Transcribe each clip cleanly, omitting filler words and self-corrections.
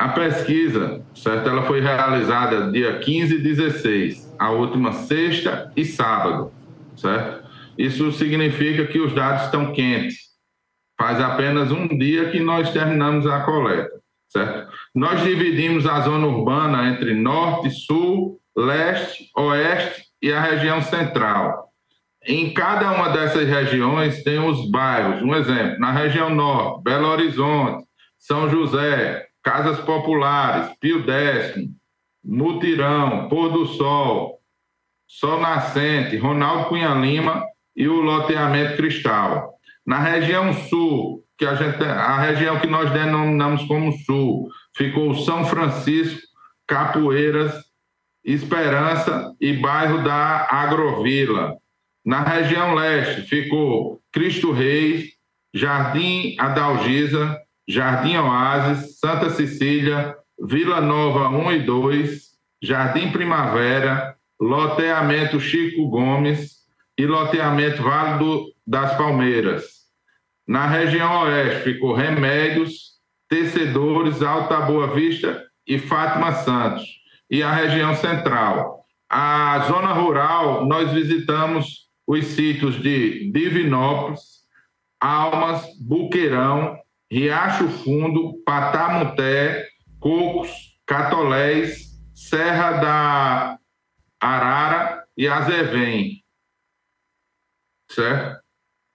A pesquisa, certo? Ela foi realizada dia 15 e 16, a última sexta e sábado, certo? Isso significa que os dados estão quentes. Faz apenas um dia que nós terminamos a coleta, certo? Nós dividimos a zona urbana entre norte, sul, leste, oeste e a região central. Em cada uma dessas regiões tem os bairros. Um exemplo, na região norte, Belo Horizonte, São José, Casas Populares, Pio Décimo, Mutirão, Pôr do Sol, Sol Nascente, Ronaldo Cunha Lima e o loteamento Cristal. Na região sul, a região que nós denominamos como sul, ficou São Francisco, Capoeiras, Esperança e bairro da Agrovila. Na região leste ficou Cristo Reis, Jardim Adalgisa, Jardim Oásis, Santa Cecília, Vila Nova 1 e 2, Jardim Primavera, loteamento Chico Gomes e loteamento Vale das Palmeiras. Na região oeste ficou Remédios, Tecedores, Alta Boa Vista e Fátima Santos. E a região central. A zona rural, nós visitamos os sítios de Divinópolis, Almas, Buqueirão, Riacho Fundo, Patamuté, Cocos, Catolés, Serra da Arara e Azevém. Certo?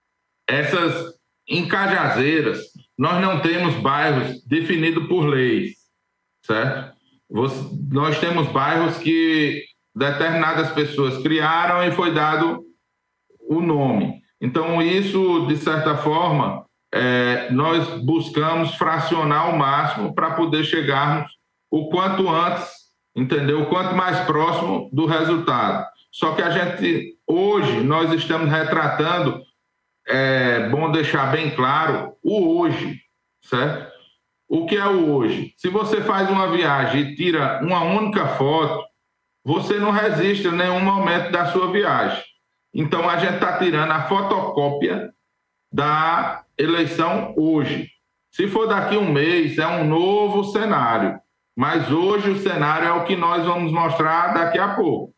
Em Cajazeiras, nós não temos bairros definidos por leis, certo? Nós temos bairros que determinadas pessoas criaram e foi dado o nome. Então, isso, de certa forma, nós buscamos fracionar ao máximo para poder chegarmos o quanto antes, entendeu? O quanto mais próximo do resultado. Só que hoje, nós estamos retratando, bom deixar bem claro, o hoje, certo? O que é o hoje? Se você faz uma viagem e tira uma única foto, você não resiste a nenhum momento da sua viagem. Então, a gente está tirando a fotocópia da eleição hoje. Se for daqui um mês, é um novo cenário. Mas hoje o cenário é o que nós vamos mostrar daqui a pouco.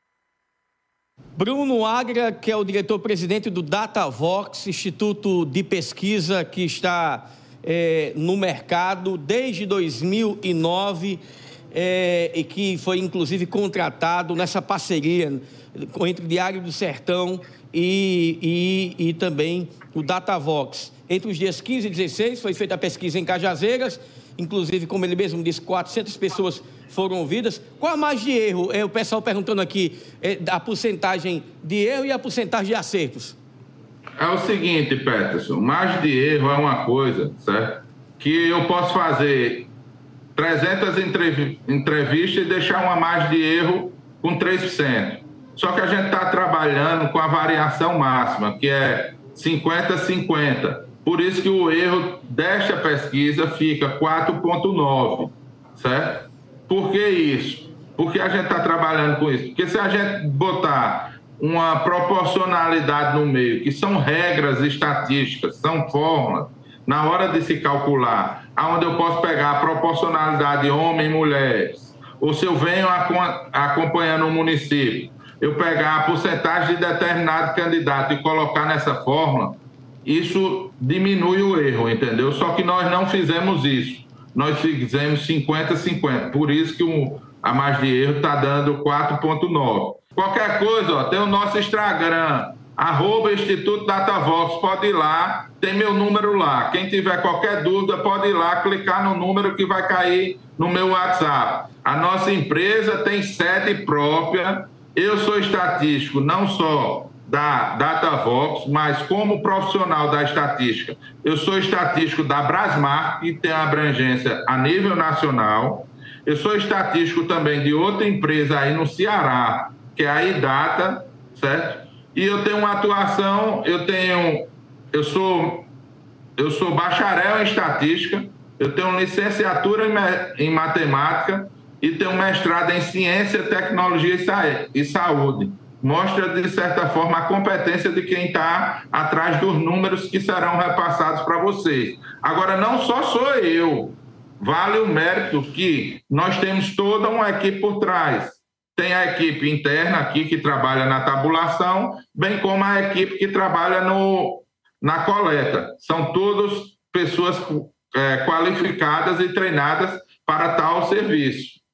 Bruno Agra, que é o diretor-presidente do Datavox, Instituto de Pesquisa que está no mercado desde 2009 e que foi inclusive contratado nessa parceria entre o Diário do Sertão e também o Datavox. Entre os dias 15 e 16 foi feita a pesquisa em Cajazeiras, inclusive, como ele mesmo disse, 400 pessoas foram ouvidas. Qual a margem de erro? O pessoal perguntando aqui a porcentagem de erro e a porcentagem de acertos. É o seguinte, Peterson, margem de erro é uma coisa, certo? Que eu posso fazer 300 entrevistas e deixar uma margem de erro com 3%. Só que a gente está trabalhando com a variação máxima, que é 50-50. Por isso que o erro desta pesquisa fica 4,9, certo? Por que isso? Porque a gente está trabalhando com isso. Porque se a gente botar uma proporcionalidade no meio, que são regras estatísticas, são fórmulas, na hora de se calcular, aonde eu posso pegar a proporcionalidade homem e mulheres, ou se eu venho acompanhando um município, eu pegar a porcentagem de determinado candidato e colocar nessa fórmula, isso diminui o erro, entendeu? Só que nós não fizemos isso. Nós fizemos 50-50. Por isso que a margem de erro está dando 4,9. Qualquer coisa, tem o nosso Instagram, @Instituto Datavox, pode ir lá, tem meu número lá. Quem tiver qualquer dúvida, pode ir lá, clicar no número que vai cair no meu WhatsApp. A nossa empresa tem sede própria. Eu sou estatístico, não só da Datavox, mas como profissional da estatística. Eu sou estatístico da Brasmar, que tem abrangência a nível nacional. Eu sou estatístico também de outra empresa aí no Ceará, que é a Idata, certo? E eu tenho uma atuação, eu sou bacharel em estatística, eu tenho licenciatura em matemática e tenho mestrado em ciência, tecnologia e saúde. Mostra, de certa forma, a competência de quem está atrás dos números que serão repassados para vocês. Agora, não só sou eu, vale o mérito que nós temos toda uma equipe por trás. Tem a equipe interna aqui que trabalha na tabulação, bem como a equipe que trabalha na coleta. São todas pessoas qualificadas e treinadas para tal serviço.